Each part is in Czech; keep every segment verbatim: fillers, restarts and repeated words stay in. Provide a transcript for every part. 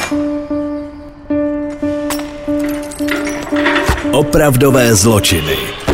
Opravdové zločiny.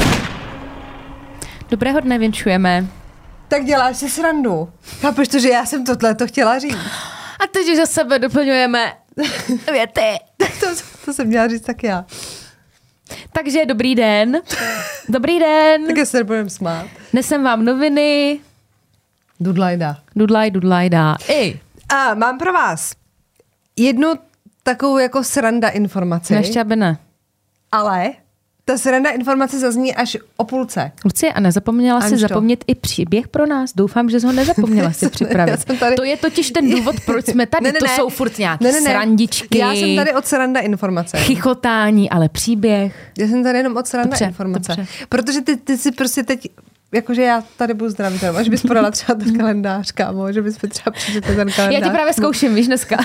Dobrého dne vinčujeme. Tak děláš si srandu. Chápeš to, že já jsem tohle to chtěla říct. A teď už za sebe doplňujeme věty. to, to jsem měla říct tak já. Takže dobrý den. Dobrý den. Tak se nebudem smát. Nesem vám noviny. Dudlajda. Dudlaj, dudlajda. Ej. A mám pro vás jednu takovou jako sranda informaci. No ještě aby ne. Ale ta sranda informace zazní až o půlce. Lucie, a nezapomněla si zapomnět i příběh pro nás? Doufám, že jsi ho nezapomněla si připravit. Tady... To je totiž ten důvod, proč jsme tady. Ne, ne, to ne. Jsou furt nějaké ne, ne, ne. srandičky. Já jsem tady od sranda informace. Chichotání, ale příběh. Já jsem tady jenom od sranda dobře, informace. Dobře. Protože ty, ty si prostě teď, jakože já tady budu zdravit, až bys podala třeba ten kalendář, kámo, že bys třeba přečetl ten kalendář. Já ti právě zkouším, víš, dneska.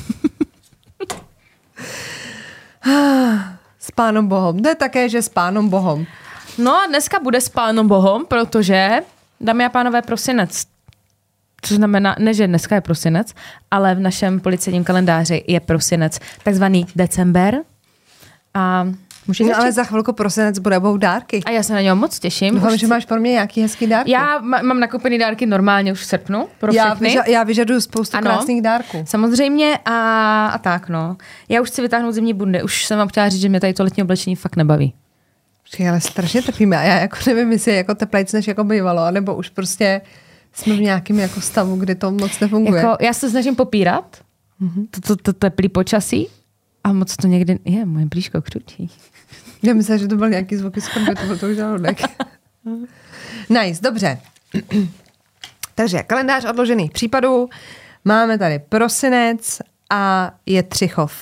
S Pánom Bohom. To je také, že s Pánom Bohom. No a dneska bude s Pánom Bohom, protože, dámy a pánové, prosinec. To znamená, ne, že dneska je prosinec, ale v našem policejním kalendáři je prosinec, takzvaný december. A můžeš no, ale za chvilku prosinec bude, budou dárky. A já se na něho moc těším. Doufám, že máš pro mě nějaký hezký dárky. Já mám nakoupený dárky normálně už v srpnu pro já, všechny. Vyža, já vyžaduju spoustu ano, krásných dárků. Samozřejmě a, a tak no. Já už chci vytáhnout zimní bundy. Už jsem vám chtěla říct, že mě tady to letní oblečení fakt nebaví. Počkej, ale strašně trpíme. A já jako nevím, jestli je jako teplejc, než jako bývalo, nebo už prostě jsme v nějakém jako stavu, kdy to moc nefunguje. Jako, já se snažím popírat mm-hmm. to, to, to teplý počasí a moc to někdy, je, moje blížko křučí. Já myslím, že to byl nějaký zvuky z krve, to byl to už žaludek. Nice, dobře. Takže kalendář odložených případů. Máme tady prosinec a je Třichov.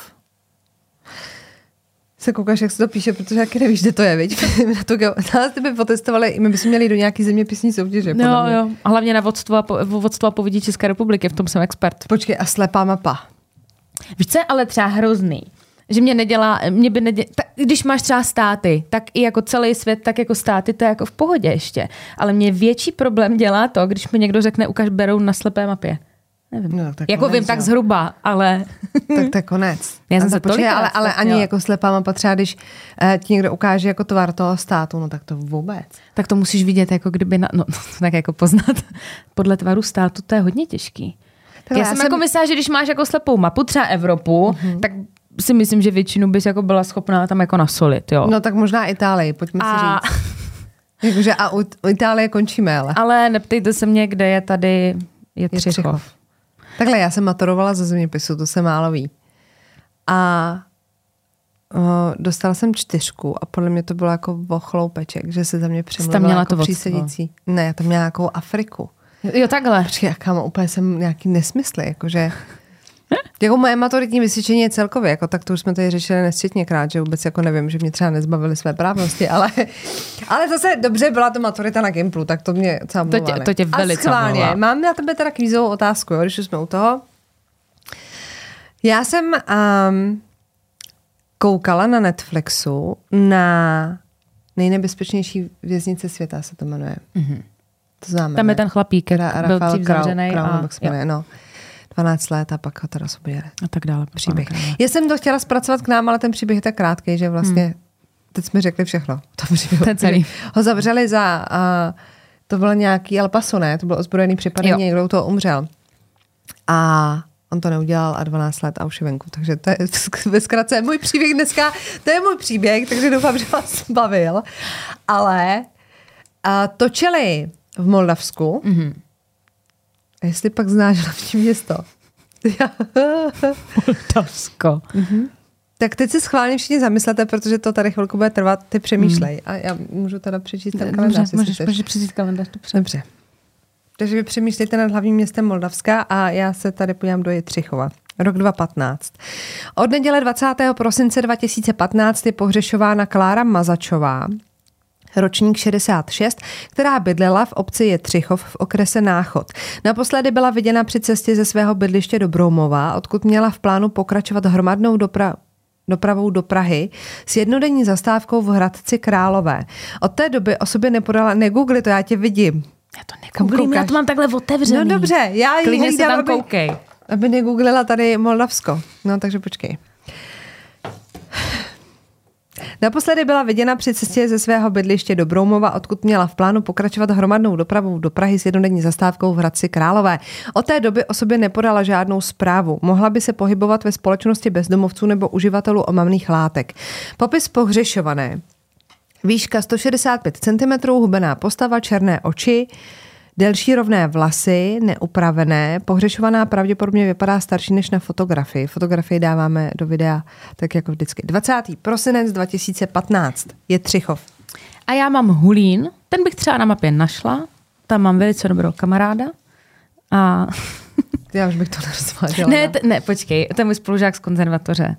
Se koukáš, jak se to píše, protože taky nevíš, kde to je, viď? Na to, nás by potestovali, my bychom měli do nějaký zeměpisní soutěže. No, jo. A hlavně na vodstvo a, po, vodstvo a povědí České republiky, v tom jsem expert. Počkej, a slepá mapa. Víš, co je ale třeba hrozný? Že mě nedělá, mě by nedělá, tak, když máš třeba státy, tak i jako celý svět, tak jako státy, to je jako v pohodě ještě. Ale mě větší problém dělá to, když mi někdo řekne, ukaž berou na slepé mapě. Nevím. No, jako konec, vím, tak zhruba, ale... tak to je konec. Já jsem se počkej, ale, ale ani jako slepá mapa, třeba když uh, ti někdo ukáže jako tvar toho státu, no tak to vůbec. Tak to musíš vidět, jako kdyby, na, no tak jako poznat podle tvaru státu, to je hodně těžký. Já, já jsem jako myslela, že když máš jako slepou mapu, třeba Evropu, uh-huh. tak si myslím, že většinu bys jako byla schopná tam jako nasolit, jo. No tak možná Itálii, pojďme a... si říct. Jakože a u, u Itálie končíme, ale. Ale neptejte se mě, kde je tady je Třichov. Třichov. Takhle, já jsem maturovala ze zeměpisu, to se málo ví. A o, dostala jsem čtyřku a podle mě to bylo jako vochloupeček, že se za mě přemluvila jako přísedící. Ne, já tam měla nějakou Afriku. Jo, takhle. Počkej, jaká má úplně jsem nějaký nesmysly, jakože... Jako moje maturitní vysvědčení je celkově, jako tak to už jsme tady řešili nesčetněkrát, že vůbec jako nevím, že mě třeba nezbavili své právnosti, ale, ale zase dobře, byla to maturita na Gimplu, tak to mě třeba to tě, to tě velice a schválně, mám na tebe teda kvízovou otázku, jo, když už jsme u toho. Já jsem um, koukala na Netflixu na nejnebezpečnější věznice světa, se to jmenuje. Mm-hmm. To známe, tam je ten chlapík, Ra- byl dřív zavřenej a... no. dvanáct let a pak ho teda sobě a tak dále. Příběh. Já jsem to chtěla zpracovat k nám, ale ten příběh je tak krátký, že vlastně hmm. teď jsme řekli všechno. To příběh, ten celý. Ho zavřeli za, a to bylo nějaký El Paso, ne? To byl ozbrojený připadení, někdo toho umřel. A on to neudělal a dvanáct let a už je venku. Takže to je ve zkratce můj příběh dneska, to je můj příběh, takže doufám, že vás bavil. Ale a točili v Moldavsku. Mm-hmm. A jestli pak znáš hlavní město. Moldavsko. Mm-hmm. Tak teď si schválně všichni zamyslete, protože to tady chvilku bude trvat, ty přemýšlej. Mm. A já můžu teda přečíst ten kalendář. Můžeš, můžeš přečíst kalendář. Dobře. Dobře. Takže vy přemýšlejte nad hlavním městem Moldavska a já se tady podívám do Jitřichova. Rok dva tisíce patnáct. Od neděle dvacátého prosince dva tisíce patnáct je pohřešována Klára Mazačová, ročník šedesát šest, která bydlela v obci Jitřichov v okrese Náchod. Naposledy byla viděna při cestě ze svého bydliště do Broumova, odkud měla v plánu pokračovat hromadnou dopravu dopravou do Prahy s jednodenní zastávkou v Hradci Králové. Od té doby o sobě nepodala, negoogli to, já tě vidím. Já to nekouklím, já to mám takhle otevřený. No dobře, já ji klidně hlídám, se tam aby, koukej. Aby negooglila tady Moldavsko. No, takže počkej. Naposledy byla viděna při cestě ze svého bydliště do Broumova, odkud měla v plánu pokračovat hromadnou dopravou do Prahy s jednodenní zastávkou v Hradci Králové. Od té doby o sobě nepodala žádnou zprávu. Mohla by se pohybovat ve společnosti bezdomovců nebo uživatelů omamných látek. Popis pohřešované. Výška sto šedesát pět centimetrů, hubená postava, černé oči, delší rovné vlasy, neupravené. Pohřešovaná pravděpodobně vypadá starší než na fotografii. Fotografii dáváme do videa tak jako vždycky. dvacátého prosince dva tisíce patnáct je Třichov. A já mám Hulín, ten bych třeba na mapě našla. Tam mám velice dobrou kamaráda. A... Já už bych to nerozváděla. Ne, t- ne, počkej, to je můj spolužák z konzervatoře.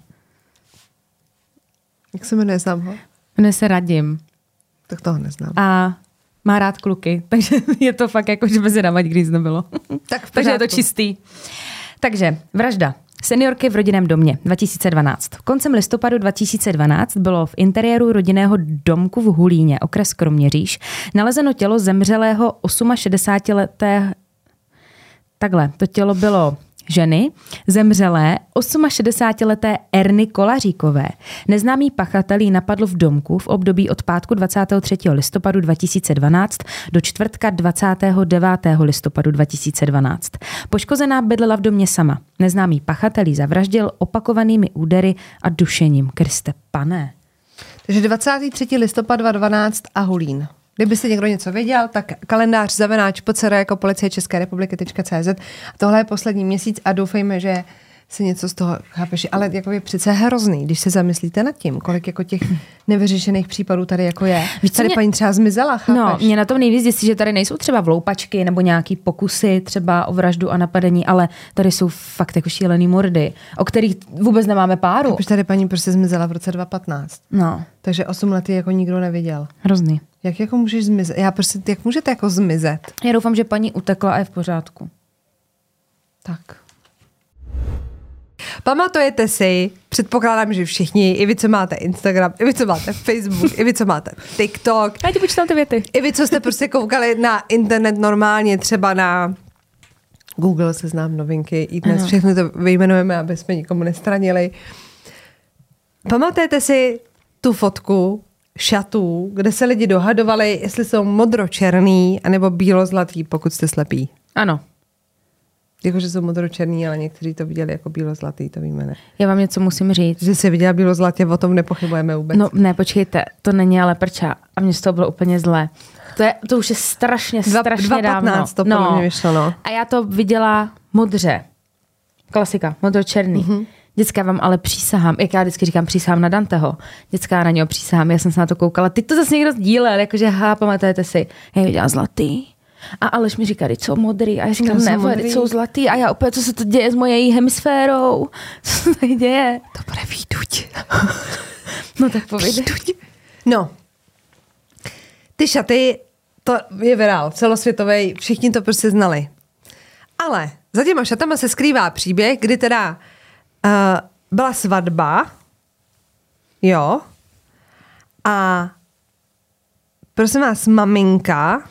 Jak se jmenuje, znám ho? Jmenuje se Radim. Tak toho neznám. A má rád kluky, takže je to fakt jako, že by se dávat když nebylo. Tak takže je to čistý. Takže vražda. Seniorky v rodinném domě dva tisíce dvanáct. Koncem listopadu dva tisíce dvanáct bylo v interiéru rodinného domku v Hulíně, okres Kroměříž, nalezeno tělo zemřelého šedesátiletého. Takhle, to tělo bylo ženy, zemřelé šedesátileté Erny Kolaříkové. Neznámý pachatel jí napadl v domku v období od pátku dvacátého třetího listopadu dva tisíce dvanáct do čtvrtka dvacátého devátého listopadu dva tisíce dvanáct. Poškozená bydlela v domě sama. Neznámý pachatel jí zavraždil opakovanými údery a dušením. Kriste pane. Takže dvacátého třetího listopadu dva tisíce dvanáct a Hulín. Kdyby si někdo něco věděl, tak kalendář zavináč pocera jako policie České republiky tečka cé zet. Tohle je poslední měsíc a doufejme, že se něco z toho chápeš. Ale jako je přece hrozný, když se zamyslíte nad tím, kolik jako těch nevyřešených případů tady jako je. Víš, tady mě... paní třeba zmizela, chápeš? No, mě na tom nejvíc děsí, že tady nejsou třeba vloupačky nebo nějaký pokusy třeba o vraždu a napadení, ale tady jsou fakt jako šílený mordy, o kterých vůbec nemáme páru. Chápeš, tady paní prostě zmizela v roce dva tisíce patnáct. No. Takže osm let jako nikdo neviděl. Hrozný. Jak jako můžeš zmizet? Já prostě, jak můžete jako zmizet? Já doufám, že paní utekla a je v pořádku. Tak. Pamatujete si, předpokládám, že všichni, i vy, co máte Instagram, i vy, co máte Facebook, i vy, co máte TikTok. Já ti počítám ty věty. I vy, co jste prostě koukali na internet normálně, třeba na Google, Seznam, novinky, i dnes, všechno to vyjmenujeme, aby jsme nikomu nestranili. Pamatujete si tu fotku šatů, kde se lidi dohadovali, jestli jsou modročerný anebo bílozlatý, pokud jste slepí. Ano. Jakože jsou modročerný, ale někteří to viděli jako bílozlatý, to víme, ne? Já vám něco musím říct. Že jsi viděla bílozlatě, o tom nepochybujeme vůbec. No ne, počkejte, to není ale prča. A mně z toho bylo úplně zlé. To, je, to už je strašně, Dva, strašně dva dávno. patnáct to podle mě vyšlo, no. A já to viděla modře. Klasika, modročerný. Mm-hmm. Děcka vám ale přísahám, jak já vždycky říkám, přísahám na Danteho. Děcka na něho přísahám, já jsem se na to koukala. Teď to zase někdo sdílel, jakože ha, pamatujete si. Já viděla zlatý. A Aleš mi říká, teď jsou modrý. A já říkám, ne, teď jsou zlatý. A já opět, co se to děje s mojí hemisférou? Co se tady děje? To bude výduť. No tak povědej. No. Ty šaty, to je virál celosvětový, všichni to prostě znali. Ale za těma šatama se skrývá příběh, kdy teda uh, byla svatba, jo, a prosím vás, maminka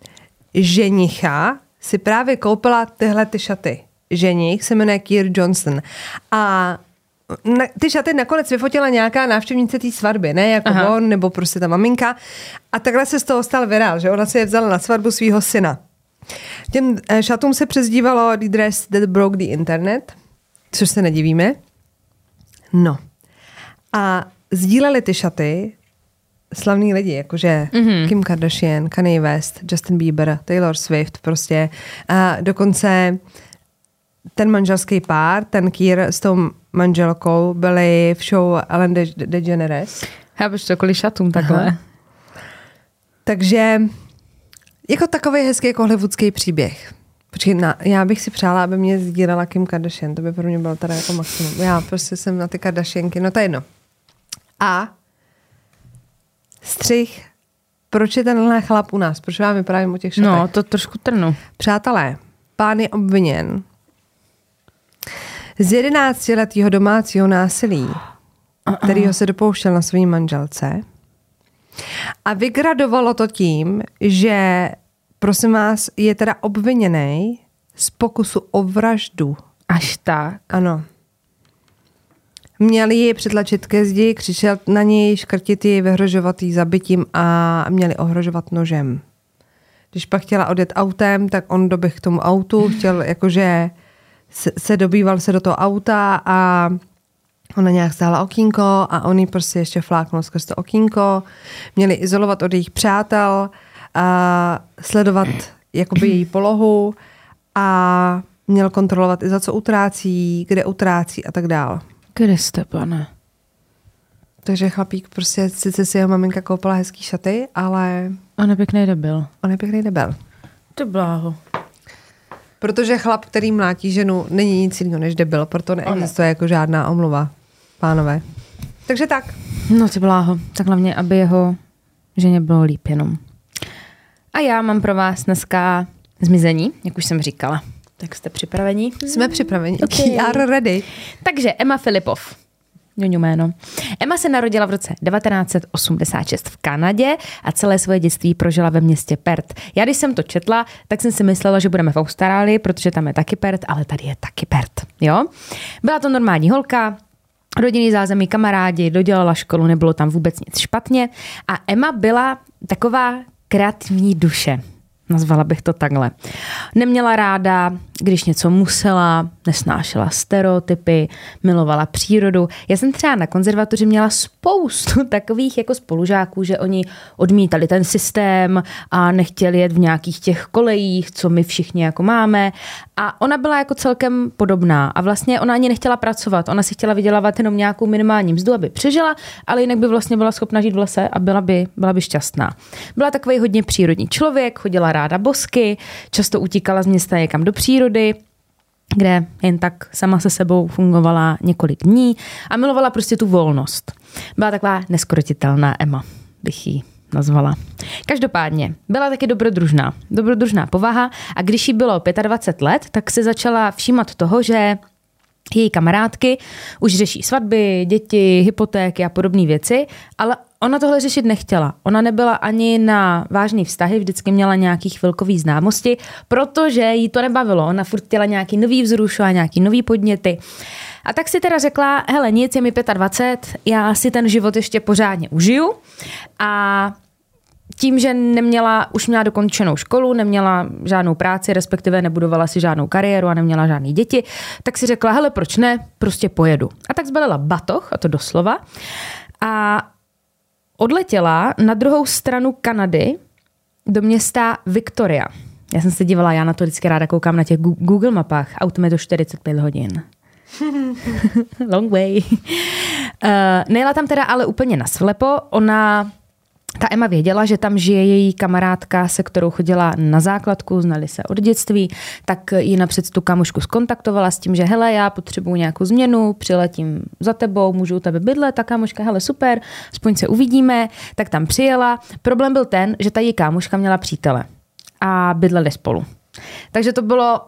ženicha si právě koupila tyhle ty šaty. Ženich se jmenuje Keir Johnson. A na, ty šaty nakonec vyfotila nějaká návštěvnice té svatby, ne jako Aha. on, nebo prostě ta maminka. A takhle se z toho stal virál, že ona si je vzala na svatbu svého syna. Těm šatům se přezdívalo The Dress That Broke the Internet, což se nedivíme. No. A sdíleli ty šaty slavní lidi, jakože mm-hmm. Kim Kardashian, Kanye West, Justin Bieber, Taylor Swift, prostě. A dokonce ten manželský pár, ten Keir s tou manželkou byli v show Ellen DeGeneres. Já bych to kvůli šatům takhle. Aha. Takže jako takový hezký jako hollywoodský příběh. Počkej, na, já bych si přála, aby mě sdílela Kim Kardashian, to by pro mě bylo teda jako maximum. Já prostě jsem na ty Kardashianky, no to je jedno. A střih, proč je tenhle chlap u nás? Proč vám vyprávím o těch šatech? No, to trošku trnu. Přátelé, pán je obviněn z jedenáctiletého domácího násilí, kterýho se dopouštěl na své manželce. A vygradovalo to tím, že, prosím vás, je teda obviněný z pokusu o vraždu Až tak. Ano. Měli ji přitlačit ke zdi, křičet na něj, škrtit ji, vyhrožovat jí zabitím a měli ohrožovat nožem. Když pak chtěla odjet autem, tak on doběh k tomu autu, chtěl jakože se, se dobýval se do toho auta a ona nějak stála okýnko a on jí prostě ještě fláknul skrz to okýnko. Měli izolovat od jejich přátel, a sledovat jakoby její polohu a měl kontrolovat i za co utrácí, kde utrácí a tak dál. Kde jste, pane? Takže chlapík prostě, sice si jeho maminka koupila hezký šaty, ale... On je pěkný debil. On je pěkný debil. To bláho. Protože chlap, který mlátí ženu, není nic jiného než debil, proto neexistuje jako žádná omluva, pánové. Takže tak. No ty bláho. Tak hlavně, aby jeho ženě bylo líp jenom. A já mám pro vás dneska zmizení, jak už jsem říkala. Tak jste připraveni? Jsme připraveni. Okay. We are ready. Takže Emma Filipov. Ňoňu jméno. Emma se narodila v roce devatenáct set osmdesát šest v Kanadě a celé svoje dětství prožila ve městě Perth. Já když jsem to četla, tak jsem si myslela, že budeme v Austrálii, protože tam je taky Perth, ale tady je taky Perth. Jo? Byla to normální holka, rodinný zázemí, kamarádi, dodělala školu, nebylo tam vůbec nic špatně a Emma byla taková kreativní duše. Nazvala bych to takhle. Neměla ráda, když něco musela, nesnášela stereotypy, milovala přírodu. Já jsem třeba na konzervatoři měla spoustu takových jako spolužáků, že oni odmítali ten systém a nechtěli jet v nějakých těch kolejích, co my všichni jako máme. A ona byla jako celkem podobná a vlastně ona ani nechtěla pracovat. Ona si chtěla vydělávat jenom nějakou minimální mzdu, aby přežila, ale jinak by vlastně byla schopna žít v lese a byla by, byla by šťastná. Byla takový hodně přírodní člověk, chodila ráda bosky, často utíkala z města někam do přírody, kde jen tak sama se sebou fungovala několik dní a milovala prostě tu volnost. Byla taková neskrotitelná Emma, bych ji nazvala. Každopádně byla taky dobrodružná. Dobrodružná povaha a když jí bylo dvacet pět let, tak se začala všímat toho, že její kamarádky už řeší svatby, děti, hypotéky a podobné věci, ale ona tohle řešit nechtěla. Ona nebyla ani na vážný vztahy, vždycky měla nějaký chvilkový známosti, protože jí to nebavilo. Ona furt chtěla nějaký nový vzruš a nějaký nový podněty. A tak si teda řekla, hele, nic, je mi dvacet pět, já si ten život ještě pořádně užiju a tím, že neměla, už měla dokončenou školu, neměla žádnou práci, respektive nebudovala si žádnou kariéru a neměla žádný děti, tak si řekla, hele, proč ne, prostě pojedu. A tak zbalila batoh, a to doslova, a odletěla na druhou stranu Kanady do města Victoria. Já jsem se dívala, já na to vždycky ráda koukám na těch Google mapách, autem je to čtyřicet pět hodin. Long way. Uh, nejela tam teda ale úplně naslepo, ona... Ta Emma věděla, že tam žije její kamarádka, se kterou chodila na základku, znali se od dětství, tak ji napřed tu kamošku skontaktovala s tím, že hele, já potřebuju nějakou změnu, přiletím za tebou, můžu u tebe bydlet, ta kámoška, hele, super, aspoň se uvidíme, tak tam přijela. Problém byl ten, že ta její kámoška měla přítele a bydleli spolu. Takže to bylo...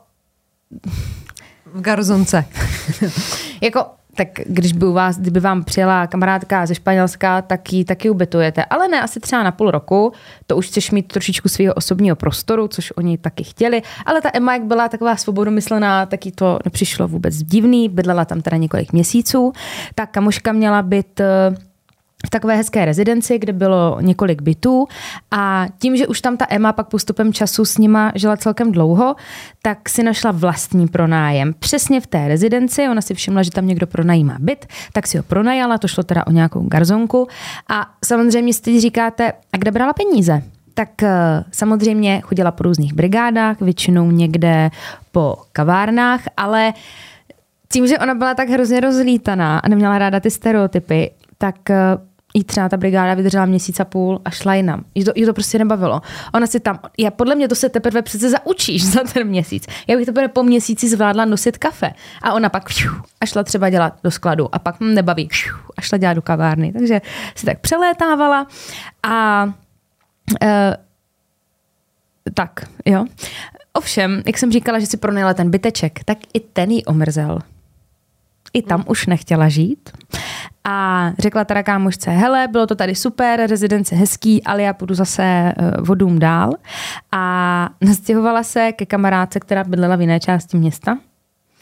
V garzonce. jako... tak když by u vás, kdyby vám přijela kamarádka ze Španělska, tak ji taky ubytujete. Ale ne, asi třeba na půl roku, to už chceš mít trošičku svého osobního prostoru, což oni taky chtěli. Ale ta Emma, jak byla taková svobodomyslná, tak jí to nepřišlo vůbec divný, bydlela tam teda několik měsíců. Ta kamoška měla byt v takové hezké rezidenci, kde bylo několik bytů a tím, že už tam ta Emma pak postupem času s nima žila celkem dlouho, tak si našla vlastní pronájem. Přesně v té rezidenci, ona si všimla, že tam někdo pronajímá byt, tak si ho pronajala, to šlo teda o nějakou garzonku a samozřejmě si teď říkáte, a kde brala peníze? Tak samozřejmě chodila po různých brigádách, většinou někde po kavárnách, ale tím, že ona byla tak hrozně rozlítaná a neměla ráda ty stereotypy, tak jí třeba ta brigáda vydržela měsíc a půl a šla jinam. Jí to, jí to prostě nebavilo. Ona si tam, já podle mě to se teprve přece zaučíš za ten měsíc. Já bych teprve po měsíci zvládla nosit kafe. A ona pak a šla třeba dělat do skladu a pak hm, nebaví a šla dělat do kavárny. Takže si tak přelétávala a e, tak, jo. Ovšem, jak jsem říkala, že si pronajala ten byteček, tak i ten jí omrzel. I tam už nechtěla žít. A řekla teda kámošce, hele, bylo to tady super, rezidence hezký, ale já půjdu zase vodům dál. A nastěhovala se ke kamarádce, která bydlela v jiné části města.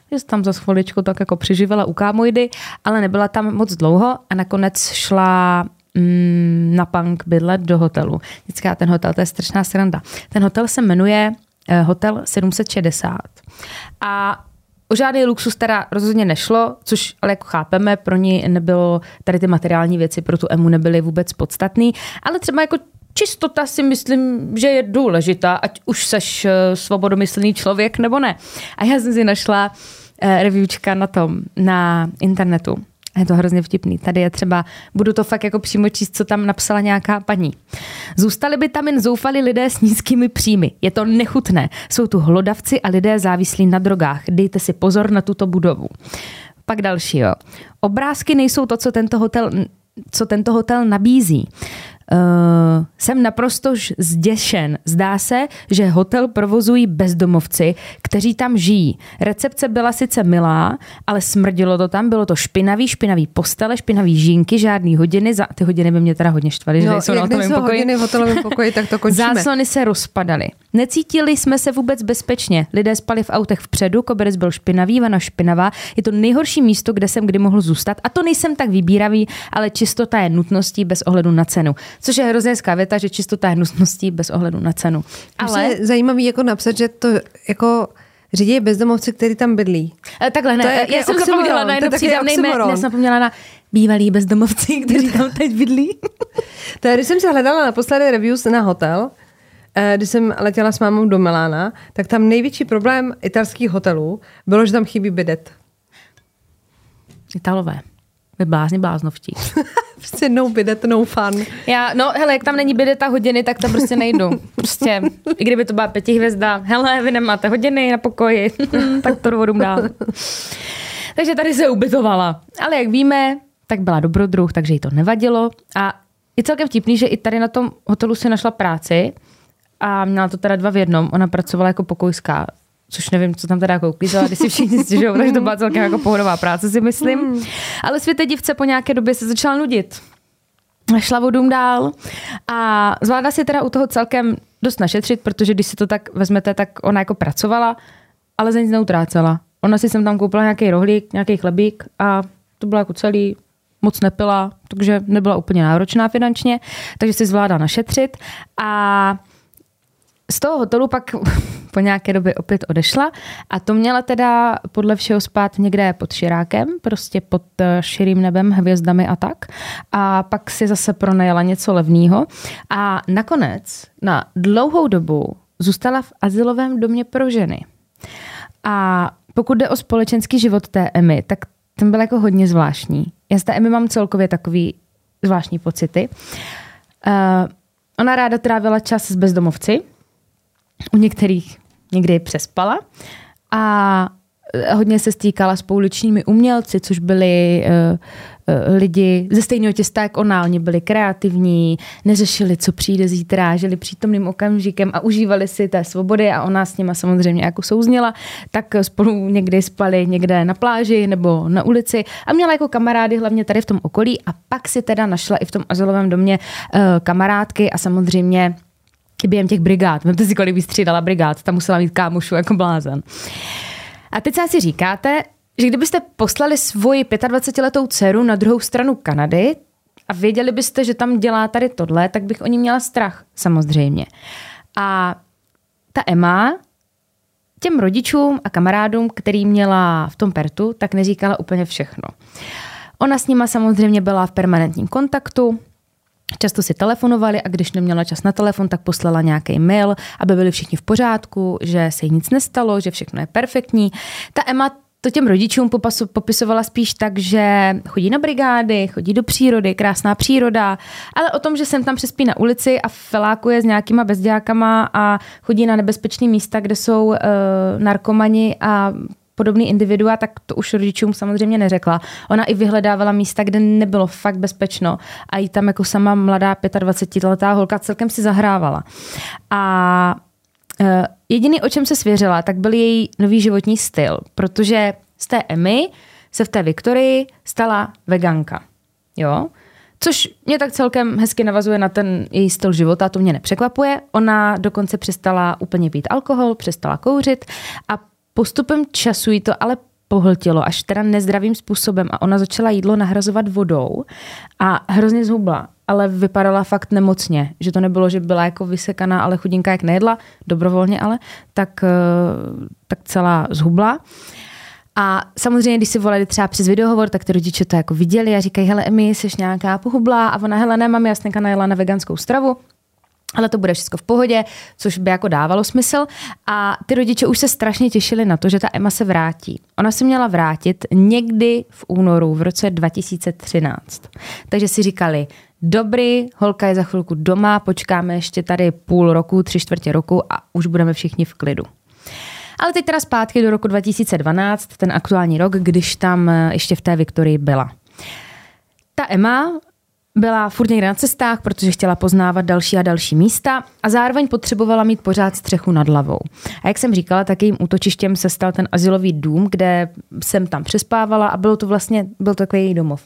že se tam za chviličku tak jako přiživila u kámoidy, ale nebyla tam moc dlouho a nakonec šla mm, na punk bydlet do hotelu. Vždycky ten hotel, to je strašná sranda. Ten hotel se jmenuje eh, Hotel sedm set šedesát. A o žádný luxus teda rozhodně nešlo, což ale jako chápeme, pro ní nebylo, tady ty materiální věci pro tu Emu nebyly vůbec podstatný, ale třeba jako čistota si myslím, že je důležitá, ať už seš svobodomyslný člověk nebo ne. A já jsem si našla eh, reviewčka na tom, na internetu. Je to hrozně vtipný. Tady je třeba, budu to fakt jako přímo číst, co tam napsala nějaká paní. Zůstali by tam jen zoufalí lidé s nízkými příjmy. Je to nechutné. Jsou tu hlodavci a lidé závislí na drogách. Dejte si pozor na tuto budovu. Pak další, jo. Obrázky nejsou to, co tento hotel, co tento hotel nabízí. Uh, jsem naprosto zděšen. Zdá se, že hotel provozují bezdomovci, kteří tam žijí. Recepce byla sice milá, ale smrdilo to tam, bylo to špinavý, špinavý postele, špinavý žínky, žádný hodiny, za, ty hodiny by mě teda hodně štvaly, no, že jsou na hotelovém pokoji. hodiny v hotelovém pokoji, tak to končíme. Záclony se rozpadaly. Necítili jsme se vůbec bezpečně. Lidé spali v autech vpředu, koberec byl špinavý, vana špinavá. Je to nejhorší místo, kde jsem kdy mohl zůstat. A to nejsem tak vybíravý, ale čistota je nutností bez ohledu na cenu. Což je hrozně hezká věta, že čistota je nutností bez ohledu na cenu. Ale je zajímavý jako napsat, že to jako řídí bezdomovci, kteří tam bydlí. E, takhle ne, já, já jsem zapomněla na jedno přídavnej jméno, já jsem zapomněla na bývalí bezdomovci, kteří tam teď bydlí. Tady, když jsem se hledala naposledy reviews na hotel, když jsem letěla s mámou do Milána, tak tam největší problém italských hotelů bylo, že tam chybí bidet. Italové. Vy blázni bláznovští. Prostě no bidet, no fun. Já, no hele, jak tam není bideta hodiny, tak tam prostě nejdu. Prostě, i kdyby to byla pětihvězda, hele, vy nemáte hodiny na pokoji, tak to dovodu dál. Takže tady se ubytovala. Ale jak víme, tak byla dobrodruh, takže jí to nevadilo. A je celkem vtipný, že i tady na tom hotelu si našla práci a měla to teda dva v jednom. Ona pracovala jako pokojská, což nevím, co tam teda jako uklízela, když si všichni stěžují, takže to byla celkem jako pohodová práce, si myslím. Hmm. Ale světe divce po nějaké době se začala nudit. Šla vodům dál a zvládla si teda u toho celkem dost našetřit, protože když si to tak vezmete, tak ona jako pracovala, ale za nic neutrácela. Ona si sem tam koupila nějaký rohlík, nějaký chlebík a to bylo jako celý, moc nepila, takže nebyla úplně náročná finančně, takže si zvládla našetřit a z toho hotelu pak po nějaké době opět odešla a to měla teda podle všeho spát někde pod širákem, prostě pod širým nebem, hvězdami a tak. A pak si zase pronajala něco levného a nakonec na dlouhou dobu zůstala v azylovém domě pro ženy. A pokud jde o společenský život té Emy, tak ten byl jako hodně zvláštní. Já z té Emy mám celkově takový zvláštní pocity. Uh, ona ráda trávila čas s bezdomovci, u některých někdy přespala a hodně se stýkala s pouličními umělci, což byli uh, uh, lidi ze stejného těsta jak ona. Oni byli kreativní, neřešili, co přijde zítra, žili přítomným okamžikem a užívali si té svobody a ona s nima samozřejmě jako souzněla, tak spolu někdy spali někde na pláži nebo na ulici a měla jako kamarády hlavně tady v tom okolí a pak si teda našla i v tom azylovém domě uh, kamarádky a samozřejmě během těch brigád. Vemte si, kolik vystřídala brigád. Tam musela mít kámošu jako blázen. A teď se asi říkáte, že kdybyste poslali svoji dvacetiletou dceru na druhou stranu Kanady a věděli byste, že tam dělá tady tohle, tak bych o ní měla strach, samozřejmě. A ta Emma těm rodičům a kamarádům, který měla v tom Pertu, tak neříkala úplně všechno. Ona s nima samozřejmě byla v permanentním kontaktu, často si telefonovali a když neměla čas na telefon, tak poslala nějaký mail, aby byli všichni v pořádku, že se jí nic nestalo, že všechno je perfektní. Ta Emma to těm rodičům popisovala spíš tak, že chodí na brigády, chodí do přírody, krásná příroda, ale o tom, že jsem tam přespí na ulici a felákuje s nějakýma bezdělákama a chodí na nebezpečné místa, kde jsou uh, narkomani a podobný individua, tak to už rodičům samozřejmě neřekla. Ona i vyhledávala místa, kde nebylo fakt bezpečno a jí tam jako sama mladá dvacetiletá holka celkem si zahrávala. A uh, jediný, o čem se svěřila, tak byl její nový životní styl, protože z té Emmy se v té Viktorii stala veganka. Jo? Což mě tak celkem hezky navazuje na ten její styl života, to mě nepřekvapuje. Ona dokonce přestala úplně pít alkohol, přestala kouřit a postupem času jí to ale pohltilo až teda nezdravým způsobem a ona začala jídlo nahrazovat vodou a hrozně zhubla, ale vypadala fakt nemocně, že to nebylo, že byla jako vysekaná, ale chudinka jak nejedla, dobrovolně ale, tak, tak celá zhubla. A samozřejmě, když si volali třeba přes videohovor, tak ty rodiče to jako viděli a říkají, hele Emi, jsi nějaká pohublá a ona, hele ne, mami, já jsem najela na veganskou stravu, ale to bude všechno v pohodě, což by jako dávalo smysl. A ty rodiče už se strašně těšili na to, že ta Emma se vrátí. Ona se měla vrátit někdy v únoru v roce dva tisíce třináct. Takže si říkali, dobrý, holka je za chvilku doma, počkáme ještě tady půl roku, tři čtvrtě roku a už budeme všichni v klidu. Ale teď teda zpátky do roku dva tisíce dvanáct, ten aktuální rok, když tam ještě v té Viktorii byla. Ta Emma byla furt někde na cestách, protože chtěla poznávat další a další místa a zároveň potřebovala mít pořád střechu nad hlavou. A jak jsem říkala, tak jejím útočištěm se stal ten azylový dům, kde jsem tam přespávala a bylo to vlastně, byl to takový její domov.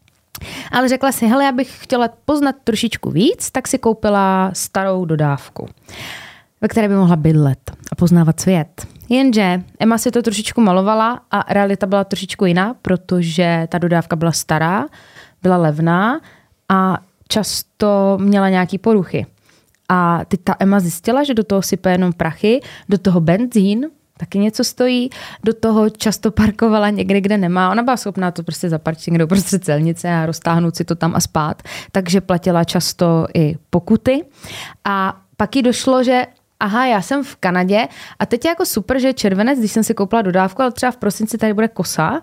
Ale řekla si, hele, já bych chtěla poznat trošičku víc, tak si koupila starou dodávku, ve které by mohla bydlet a poznávat svět. Jenže Emma si to trošičku malovala a realita byla trošičku jiná, protože ta dodávka byla stará, byla levná a často měla nějaký poruchy. A teď ta Emma zjistila, že do toho sype jenom prachy, do toho benzín, taky něco stojí, do toho často parkovala někde, kde nemá. Ona byla schopná to prostě zaparčit někde uprostřed celnice a roztáhnout si to tam a spát. Takže platila často i pokuty. A pak jí došlo, že aha, já jsem v Kanadě a teď je jako super, že je červenec, když jsem si koupila dodávku, ale třeba v prosinci tady bude kosa.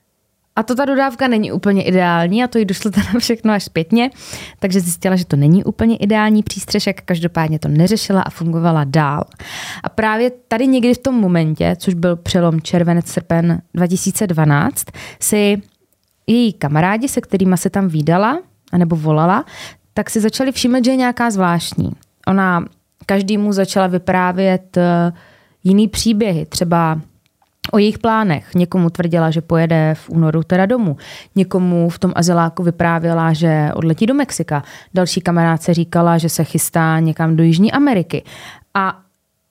A to ta dodávka není úplně ideální a to jí došlo teda všechno až zpětně, takže zjistila, že to není úplně ideální přístřešek, každopádně to neřešila a fungovala dál. A právě tady někdy v tom momentě, což byl přelom červenec-srpen dva tisíce dvanáct, si její kamarádi, se kterýma se tam vídala, anebo volala, tak si začali všímat, že je nějaká zvláštní. Ona každému začala vyprávět jiný příběhy, třeba o jejich plánech. Někomu tvrdila, že pojede v únoru teda domů. Někomu v tom azyláku vyprávěla, že odletí do Mexika. Další kamarádce říkala, že se chystá někam do Jižní Ameriky. A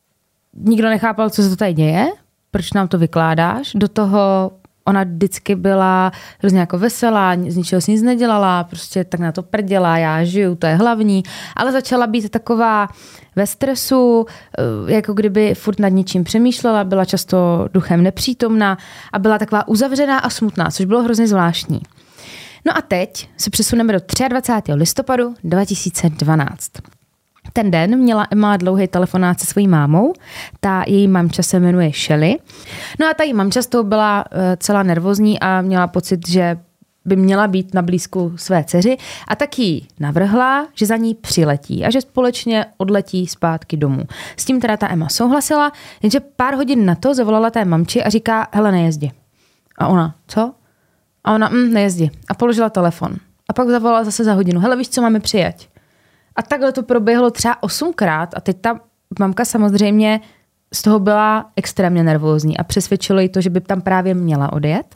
nikdo nechápal, co se to tady děje, proč nám to vykládáš. Do toho ona vždycky byla hrozně jako veselá, z ničeho si nic nedělala, prostě tak na to prděla, já žiju, to je hlavní. Ale začala být taková ve stresu, jako kdyby furt nad ničím přemýšlela, byla často duchem nepřítomná a byla taková uzavřená a smutná, což bylo hrozně zvláštní. No a teď se přesuneme do dvacátého třetího listopadu dva tisíce dvanáct. Ten den měla Emma dlouhý telefonát se svojí mámou, ta její mamča se jmenuje Shelly. No a ta její mamča z toho byla celá nervózní a měla pocit, že by měla být na blízku své dceři a tak jí navrhla, že za ní přiletí a že společně odletí zpátky domů. S tím teda ta Emma souhlasila, jenže pár hodin na to zavolala té mamči a říká, hele, nejezdi. A ona, co? A ona, mm, nejezdi. A položila telefon. A pak zavolala zase za hodinu, hele, víš, co máme přijet? A takhle to proběhlo třeba osmkrát a teď ta mamka samozřejmě z toho byla extrémně nervózní a přesvědčilo jí to, že by tam právě měla odjet.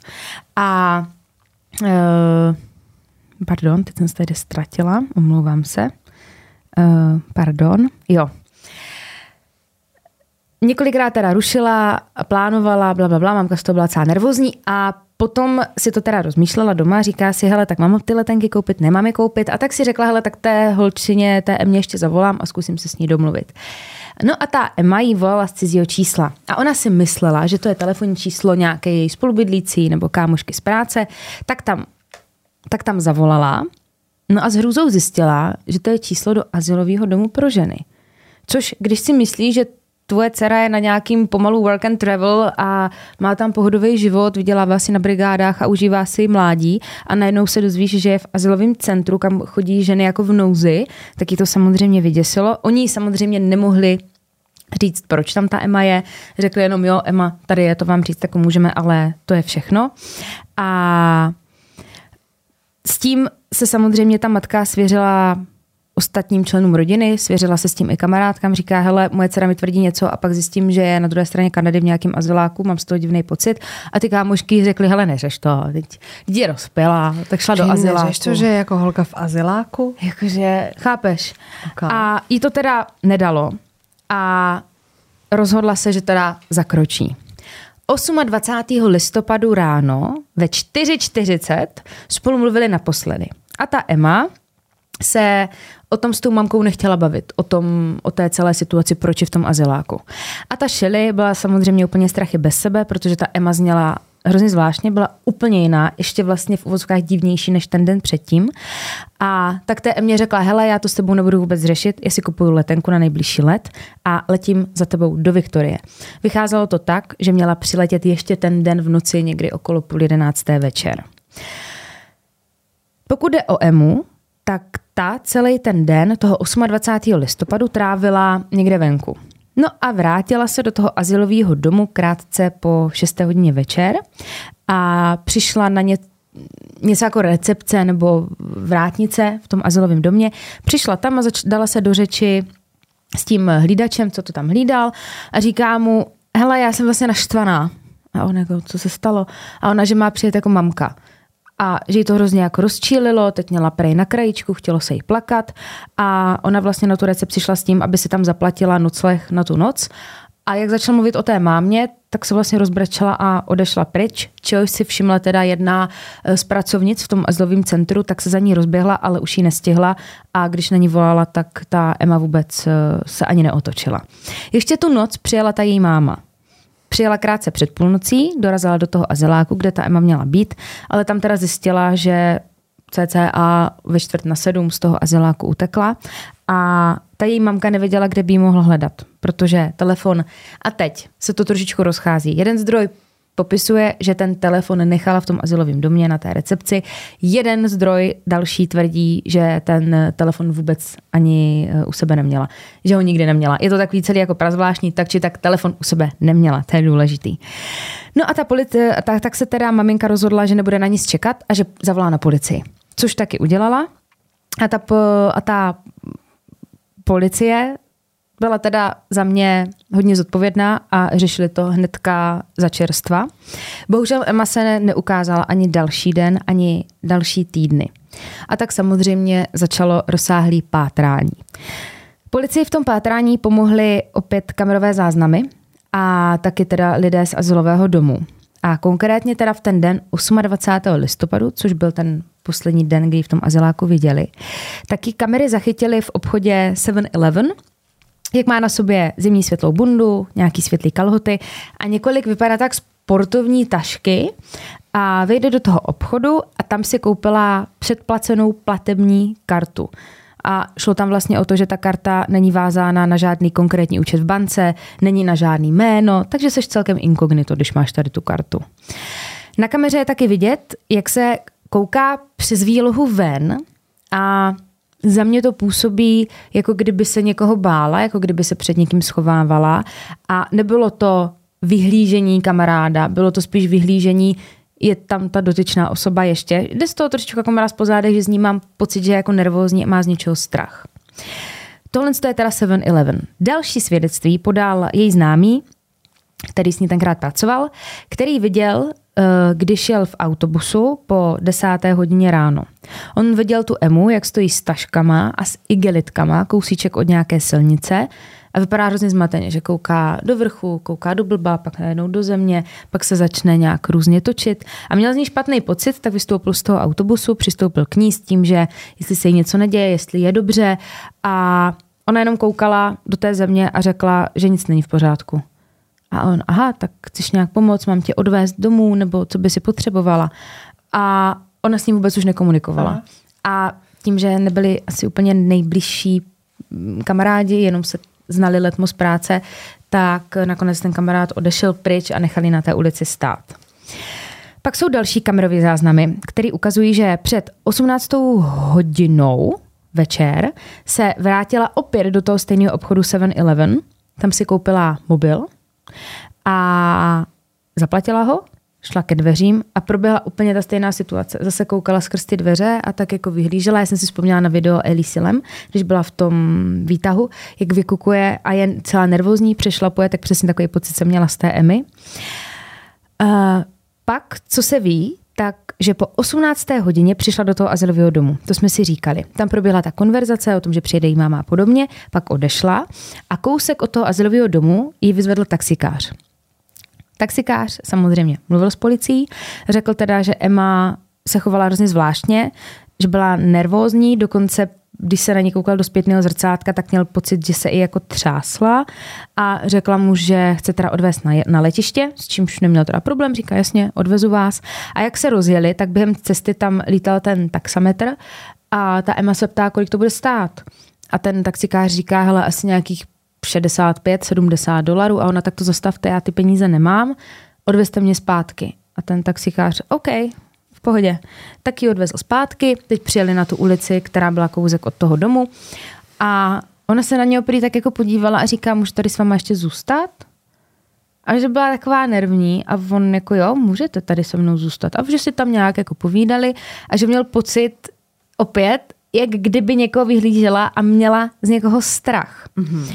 A uh, pardon, teď jsem se tady ztratila, omlouvám se. Uh, pardon, jo. Několikrát teda rušila, plánovala, blablabla, mamka z toho byla celá nervózní a potom si to teda rozmýšlela doma, říká si, hele, tak mám ty letenky koupit, nemám je koupit a tak si řekla, hele, tak té holčině, té Emě ještě zavolám a zkusím se s ní domluvit. No a ta Emma jí volala z cizího čísla a ona si myslela, že to je telefonní číslo nějaké její spolubydlící nebo kámošky z práce, tak tam, tak tam zavolala, no a s hrůzou zjistila, že to je číslo do azylového domu pro ženy. Což, když si myslí, že tvoje dcera je na nějakým pomalu work and travel a má tam pohodový život, vydělává si na brigádách a užívá si mládí a najednou se dozvíš, že je v azylovém centru, kam chodí ženy jako v nouzi, tak jí to samozřejmě vyděsilo. Oni samozřejmě nemohli říct, proč tam ta Emma je. Řekli jenom, jo, Emma, tady je, to vám říct, tak můžeme, ale to je všechno. A s tím se samozřejmě ta matka svěřila ostatním členům rodiny, svěřila se s tím i kamarádkám, říká, hele, moje dcera mi tvrdí něco a pak zjistím, že je na druhé straně Kanady v nějakém azyláku, mám z toho divný pocit a ty kámošky řekly, hele, neřeš to, teď je rozpila, tak šla do azyláku. Neřeš to, že je jako holka v azyláku? Jakože, chápeš. Okay. A jí to teda nedalo a rozhodla se, že teda zakročí. dvacátého osmého listopadu ráno ve čtyři čtyřicet spolu mluvili naposledy. A ta Emma se o tom s tou mamkou nechtěla bavit, o tom, o té celé situaci, proč je v tom azyláku. A ta Shelley byla samozřejmě úplně strachy bez sebe, protože ta Emma zněla hrozně zvláštně, byla úplně jiná, ještě vlastně v uvozovkách divnější než ten den předtím. A tak té Emě řekla, hele, já to s tebou nebudu vůbec řešit, já si kupuju letenku na nejbližší let a letím za tebou do Viktorie. Vycházelo to tak, že měla přiletět ještě ten den v noci někdy okolo půl jedenácté večer. Pokud jde o Emu, tak ta celý ten den toho dvacátého osmého listopadu trávila někde venku. No a vrátila se do toho azylového domu krátce po šesté hodině večer a přišla na ně, něco jako recepce nebo vrátnice v tom azylovém domě. Přišla tam a zač- dala se do řeči s tím hlídačem, co to tam hlídal a říká mu, hele, já jsem vlastně naštvaná. A on jako, co se stalo? A ona, že má přijet jako mamka. A že jí to hrozně jako rozčílilo, teď měla prej na krajičku, chtělo se jí plakat a ona vlastně na tu recepci šla s tím, aby si tam zaplatila nocleh na tu noc. A jak začala mluvit o té mámě, tak se vlastně rozbrečela a odešla pryč, čehož si všimla teda jedna z pracovnic v tom azylovém centru, tak se za ní rozběhla, ale už ji nestihla a když na ní volala, tak ta Emma vůbec se ani neotočila. Ještě tu noc přijela ta její máma. Přijela krátce před půlnocí, dorazila do toho azyláku, kde ta Emma měla být, ale tam teda zjistila, že cca ve čtvrt na sedm z toho azyláku utekla a ta její mamka nevěděla, kde by ji mohla hledat, protože telefon, a teď se to trošičku rozchází. Jeden zdroj popisuje, že ten telefon nechala v tom azylovém domě na té recepci. Jeden zdroj další tvrdí, že ten telefon vůbec ani u sebe neměla. Že ho nikdy neměla. Je to takový celý jako prazvláštní, tak či tak telefon u sebe neměla. To je důležitý. No a ta policie, tak, tak se teda maminka rozhodla, že nebude na nic čekat a že zavolá na policii. Což taky udělala. A ta, a ta policie byla teda za mě hodně zodpovědná a řešili to hnedka za čerstva. Bohužel Emma se neukázala ani další den, ani další týdny. A tak samozřejmě začalo rozsáhlé pátrání. Policii v tom pátrání pomohly opět kamerové záznamy a taky teda lidé z azylového domu. A konkrétně teda v ten den dvacátého osmého listopadu, což byl ten poslední den, kdy v tom azyláku viděli, taky kamery zachytily v obchodě seven eleven, jak má na sobě zimní světlou bundu, nějaký světlý kalhoty a několik vypadá tak sportovní tašky a vejde do toho obchodu a tam si koupila předplacenou platební kartu. A šlo tam vlastně o to, že ta karta není vázána na žádný konkrétní účet v bance, není na žádný jméno, takže seš celkem inkognito, když máš tady tu kartu. Na kameře je taky vidět, jak se kouká přes výlohu ven a za mě to působí, jako kdyby se někoho bála, jako kdyby se před někým schovávala a nebylo to vyhlížení kamaráda, bylo to spíš vyhlížení, je tam ta dotyčná osoba ještě. Jde z toho trošičku jako mráz po zádech, že z ní mám pocit, že je jako nervózní a má z něčeho strach. Tohle je teda seven eleven. Další svědectví podal její známý, který s ní tenkrát pracoval, který viděl, když jel v autobusu po desáté hodině ráno. On viděl tu Emu, jak stojí s taškama a s igelitkama, kousíček od nějaké silnice a vypadá hrozně zmateně, že kouká do vrchu, kouká do blba, pak najednou do země, pak se začne nějak různě točit a měl z ní špatný pocit, tak vystoupil z toho autobusu, přistoupil k ní s tím, že jestli se jí něco neděje, jestli je dobře a ona jenom koukala do té země a řekla, že nic není v pořádku. A on, aha, tak chceš nějak pomoct, mám tě odvést domů, nebo co by si potřebovala. A ona s ním vůbec už nekomunikovala. Aha. A tím, že nebyli asi úplně nejbližší kamarádi, jenom se znali letmo z práce, tak nakonec ten kamarád odešel pryč a nechali na té ulici stát. Pak jsou další kamerové záznamy, které ukazují, že před osmnáctou hodinou večer se vrátila opět do toho stejného obchodu seven eleven. Tam si koupila mobil a zaplatila ho, šla ke dveřím a proběhla úplně ta stejná situace. Zase koukala skrz ty dveře a tak jako vyhlížela. Já jsem si vzpomněla na video Elise Lam, když byla v tom výtahu, jak vykukuje a je celá nervózní, přešlapuje, tak přesně takový pocit jsem měla z té Emmy. Uh, pak, co se ví, tak, že po osmnácté hodině přišla do toho azylového domu. To jsme si říkali. Tam proběhla ta konverzace o tom, že přijede jí máma a podobně, pak odešla a kousek od toho azylového domu jí vyzvedl taxikář. Taxikář samozřejmě mluvil s policií, řekl teda, že Emma se chovala hrozně zvláštně, že byla nervózní, dokonce když se na ní koukal do zpětného zrcátka, tak měl pocit, že se i jako třásla a řekla mu, že chce teda odvést na, na letiště, s čímž neměl teda problém, říká jasně, odvezu vás. A jak se rozjeli, tak během cesty tam lítal ten taxametr a ta Emma se ptá, kolik to bude stát. A ten taxikář říká, hele, asi nějakých šedesát pět sedmdesát dolarů a ona tak to zastavte, já ty peníze nemám, odvezte mě zpátky. A ten taxikář, OK, v pohodě. Tak ji odvezl zpátky, teď přijeli na tu ulici, která byla kousek od toho domu a ona se na něj prý tak jako podívala a říká, můžu tady s váma ještě zůstat? A že byla taková nervní a on jako jo, můžete tady se mnou zůstat. A že si tam nějak jako povídali a že měl pocit opět, jak kdyby někoho vyhlížela a měla z někoho strach. Mm-hmm.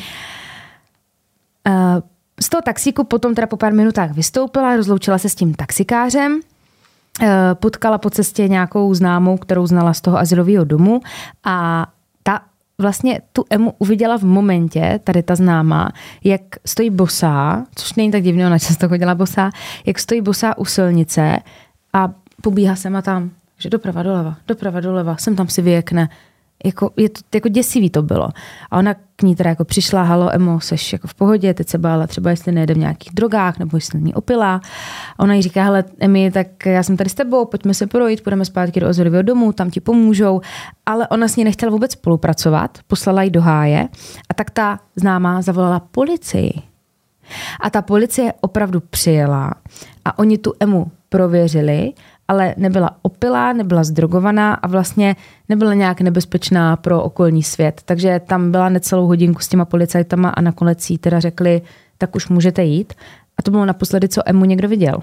Z toho taxíku potom teda po pár minutách vystoupila, rozloučila se s tím taxikářem, potkala po cestě nějakou známou, kterou znala z toho azylového domu a ta vlastně tu Emu uviděla v momentě, tady ta známá, jak stojí bosá, což není tak divné, ona často chodila bosá, jak stojí bosá u silnice a pobíhá sem a tam, že doprava, doleva, doprava, doleva, sem tam si vyjekne. Jako, je to, jako děsivý to bylo. A ona k ní teda jako přišla, halo Emo, seš jako v pohodě, teď se bála třeba, jestli nejde v nějakých drogách, nebo jestli není opilá. A ona jí říká, hele Emi, tak já jsem tady s tebou, pojďme se projít, půjdeme zpátky do azylového domu, tam ti pomůžou. Ale ona s ní nechtěla vůbec spolupracovat, poslala ji do háje a tak ta známá zavolala policii. A ta policie opravdu přijela a oni tu Emu prověřili, ale nebyla opilá, nebyla zdrogovaná a vlastně nebyla nějak nebezpečná pro okolní svět. Takže tam byla necelou hodinku s těma policajtama a nakonec jí teda řekli, tak už můžete jít. A to bylo naposledy, co Emu někdo viděl.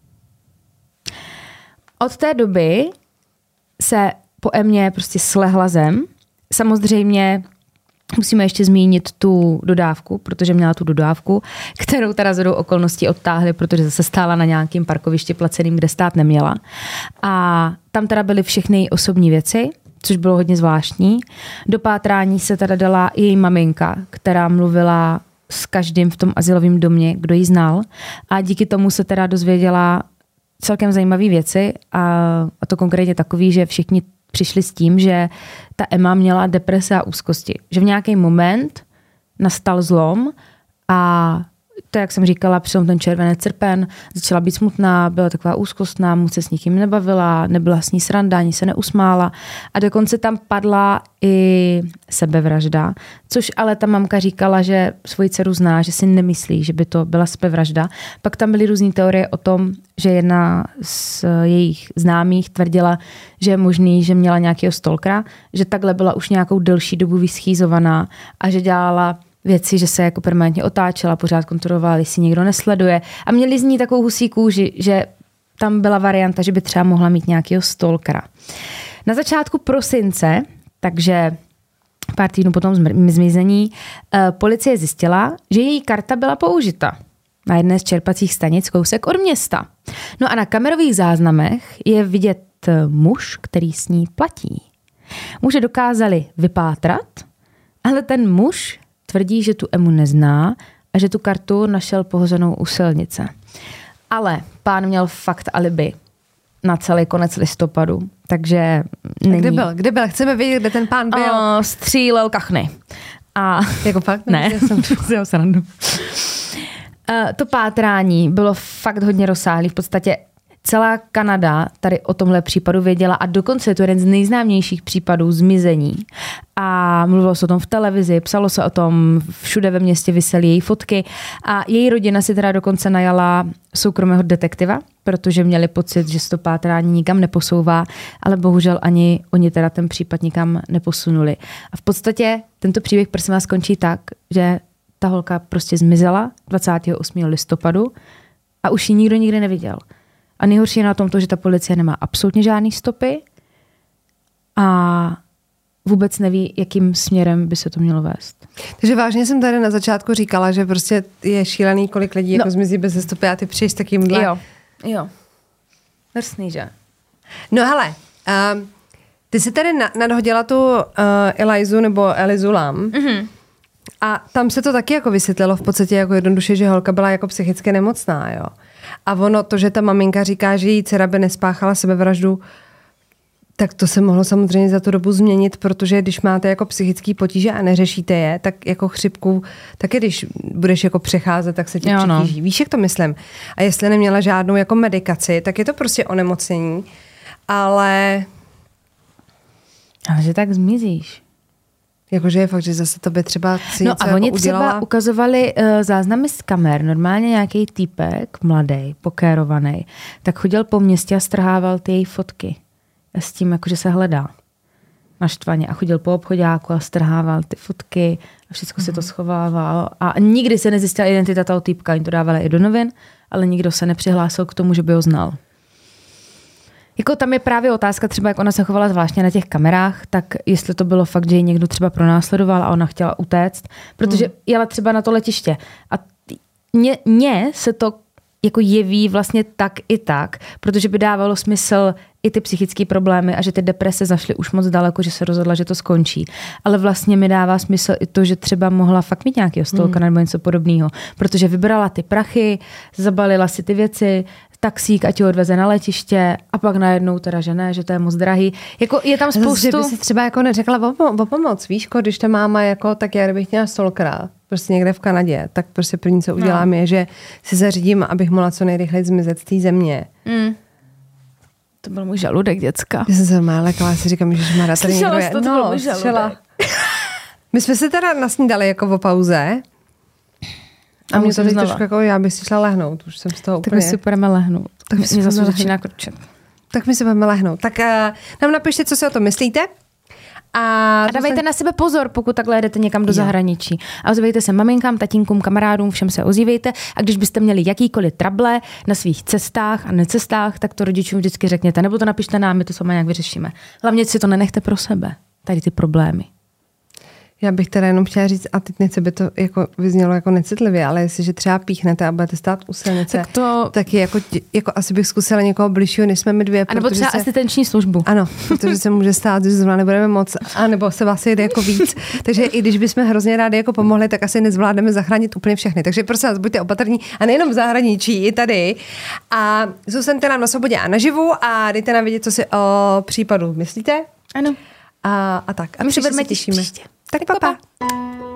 Od té doby se po Emě prostě slehla zem. Samozřejmě musíme ještě zmínit tu dodávku, protože měla tu dodávku, kterou teda zhodou okolností odtáhli, protože zase stála na nějakém parkovišti placeným, kde stát neměla. A tam teda byly všechny osobní věci, což bylo hodně zvláštní. Do pátrání se teda dala i její maminka, která mluvila s každým v tom azylovém domě, kdo ji znal. A díky tomu se teda dozvěděla celkem zajímavé věci a, a to konkrétně takový, že všichni přišli s tím, že ta Emma měla deprese a úzkosti. Že v nějaký moment nastal zlom a to, jak jsem říkala, přišel ten červenec srpen, začala být smutná, byla taková úzkostná, moc se s nikým nebavila, nebyla s ní sranda, ani se neusmála a dokonce tam padla i sebevražda, což ale ta mamka říkala, že svoji dceru zná, že si nemyslí, že by to byla sebevražda. Pak tam byly různé teorie o tom, že jedna z jejich známých tvrdila, že je možný, že měla nějakého stalkera, že takhle byla už nějakou delší dobu vyschýzovaná a že dělala věci, že se jako permanentně otáčela, pořád kontrolovala, jestli někdo nesleduje. A měli z ní takovou husí kůži, že tam byla varianta, že by třeba mohla mít nějakého stalkera. Na začátku prosince, takže pár týdnů potom zmizení, policie zjistila, že její karta byla použita na jedné z čerpacích stanic kousek od města. No a na kamerových záznamech je vidět muž, který s ní platí. Muže dokázali vypátrat, ale ten muž tvrdí, že tu Emu nezná a že tu kartu našel pohozenou u silnice. Ale pán měl fakt alibi na celý konec listopadu, takže není... Kde byl? Kde byl? Chceme vědět, kde ten pán byl. Uh, střílel kachny. A... Jako fakt? Ne, jsem srandu. Uh, to pátrání bylo fakt hodně rozsáhlý. V podstatě celá Kanada tady o tomhle případu věděla a dokonce je to jeden z nejznámějších případů zmizení. A mluvilo se o tom v televizi, psalo se o tom, všude ve městě visely její fotky a její rodina si teda dokonce najala soukromého detektiva, protože měli pocit, že se to pátrání nikam neposouvá, ale bohužel ani oni teda ten případ nikam neposunuli. A v podstatě tento příběh prosím vás skončí tak, že ta holka prostě zmizela dvacátého osmého listopadu a už ji nikdo nikdy neviděl. A nejhorší je na tom to, že ta policie nemá absolutně žádný stopy a vůbec neví, jakým směrem by se to mělo vést. Takže vážně jsem tady na začátku říkala, že prostě je šílený, kolik lidí no. jako zmizí bez stopy a ty přijdeš takýmhle. Jo, jo. Drsný, že? No hele, uh, ty jsi tady na- nadhodila tu uh, Elizu nebo Elizu Lam. Mm-hmm. A tam se to taky jako vysvětlilo v podstatě jako jednoduše, že holka byla jako psychicky nemocná, jo. A ono, to, že ta maminka říká, že její dcera by nespáchala sebevraždu, tak to se mohlo samozřejmě za tu dobu změnit, protože když máte jako psychický potíže a neřešíte je, tak jako chřipku, taky když budeš jako přecházet, tak se ti jo, no. přitíží. Víš, jak to myslím? A jestli neměla žádnou jako medikaci, tak je to prostě onemocnění. Ale... Ale že tak zmizíš. Jakože je fakt, že zase to by třeba si no něco a jako oni udělala. třeba ukazovali uh, záznamy z kamer. Normálně nějaký týpek, mladý, pokérovaný, tak chodil po městě a strhával ty její fotky. S tím, jakože se hledá naštvaně a chodil po obchoďáku a strhával ty fotky a všechno mm. se to schovával. A nikdy se nezjistila identita toho týpka. Oni to dávali i do novin, ale nikdo se nepřihlásil k tomu, že by ho znal. Jako tam je právě otázka třeba, jak ona se chovala zvláštně na těch kamerách, tak jestli to bylo fakt, že ji někdo třeba pronásledoval a ona chtěla utéct, protože mm. jela třeba na to letiště. A mně se to jako jeví vlastně tak i tak, protože by dávalo smysl i ty psychické problémy a že ty deprese zašly už moc daleko, že se rozhodla, že to skončí. Ale vlastně mi dává smysl i to, že třeba mohla fakt mít nějakého stolka mm. nebo něco podobného, protože vybrala ty prachy, zabalila si ty věci, taxík, ať ji odveze na letiště a pak najednou teda, že ne, že to je moc drahý. Jako je tam spoustu... Že by si třeba jako neřekla o, o pomoc, víš, když ta máma jako, tak já kdybych měla stolkra, prostě někde v Kanadě, tak prostě první, co udělám, no. je, že si zařídím, abych mohla co nejrychleji zmizet z té země. Mm. To byl můj žaludek, děcka. Já jsem se normálně lekla, si říkám, že má tady někdo je. To no, slyšela. My jsme se teda nasnídali jako o pauze. A, a mě to teď trošku jako, já bych si šla lehnout. Už jsem z toho tak úplně... Tak my si půjdeme lehnout. Tak mě zase začíná krčet. Tak my si budeme lehnout. Tak uh, nám napište, co si o tom myslíte. A, a dávejte se... na sebe pozor, pokud takhle jedete někam do jo. zahraničí. A ozývejte se maminkám, tatínkům, kamarádům, všem se ozývejte. A když byste měli jakýkoliv trable na svých cestách a necestách, tak to rodičům vždycky řekněte. Nebo to napište nám, my to sama nějak vyřešíme. Hlavně si to nenechte pro sebe. Tady ty problémy. Já bych teda jenom chtěla říct, a teď nechci by to jako vyznělo jako necitlivě, ale jestliže třeba píchnete a budete stát u silnice, tak, to... tak je jako, jako asi bych zkusila někoho bližšího, než jsme my dvě. A nebo třeba se... asistenční službu. Ano, protože se může stát, že zrovna nebudeme moc, a nebo se vás jede jako víc. Takže i když bychom hrozně rádi jako pomohli, tak asi nezvládneme zachránit úplně všechny. Takže prosím vás, buďte opatrní a nejenom v zahraničí, i tady. A zůstaňte nám na svobodě a naživu a dejte nám vědět, co si o případu myslíte. Ano. A, a tak. A my se těšíme. příště. Tak, tak pa, pa.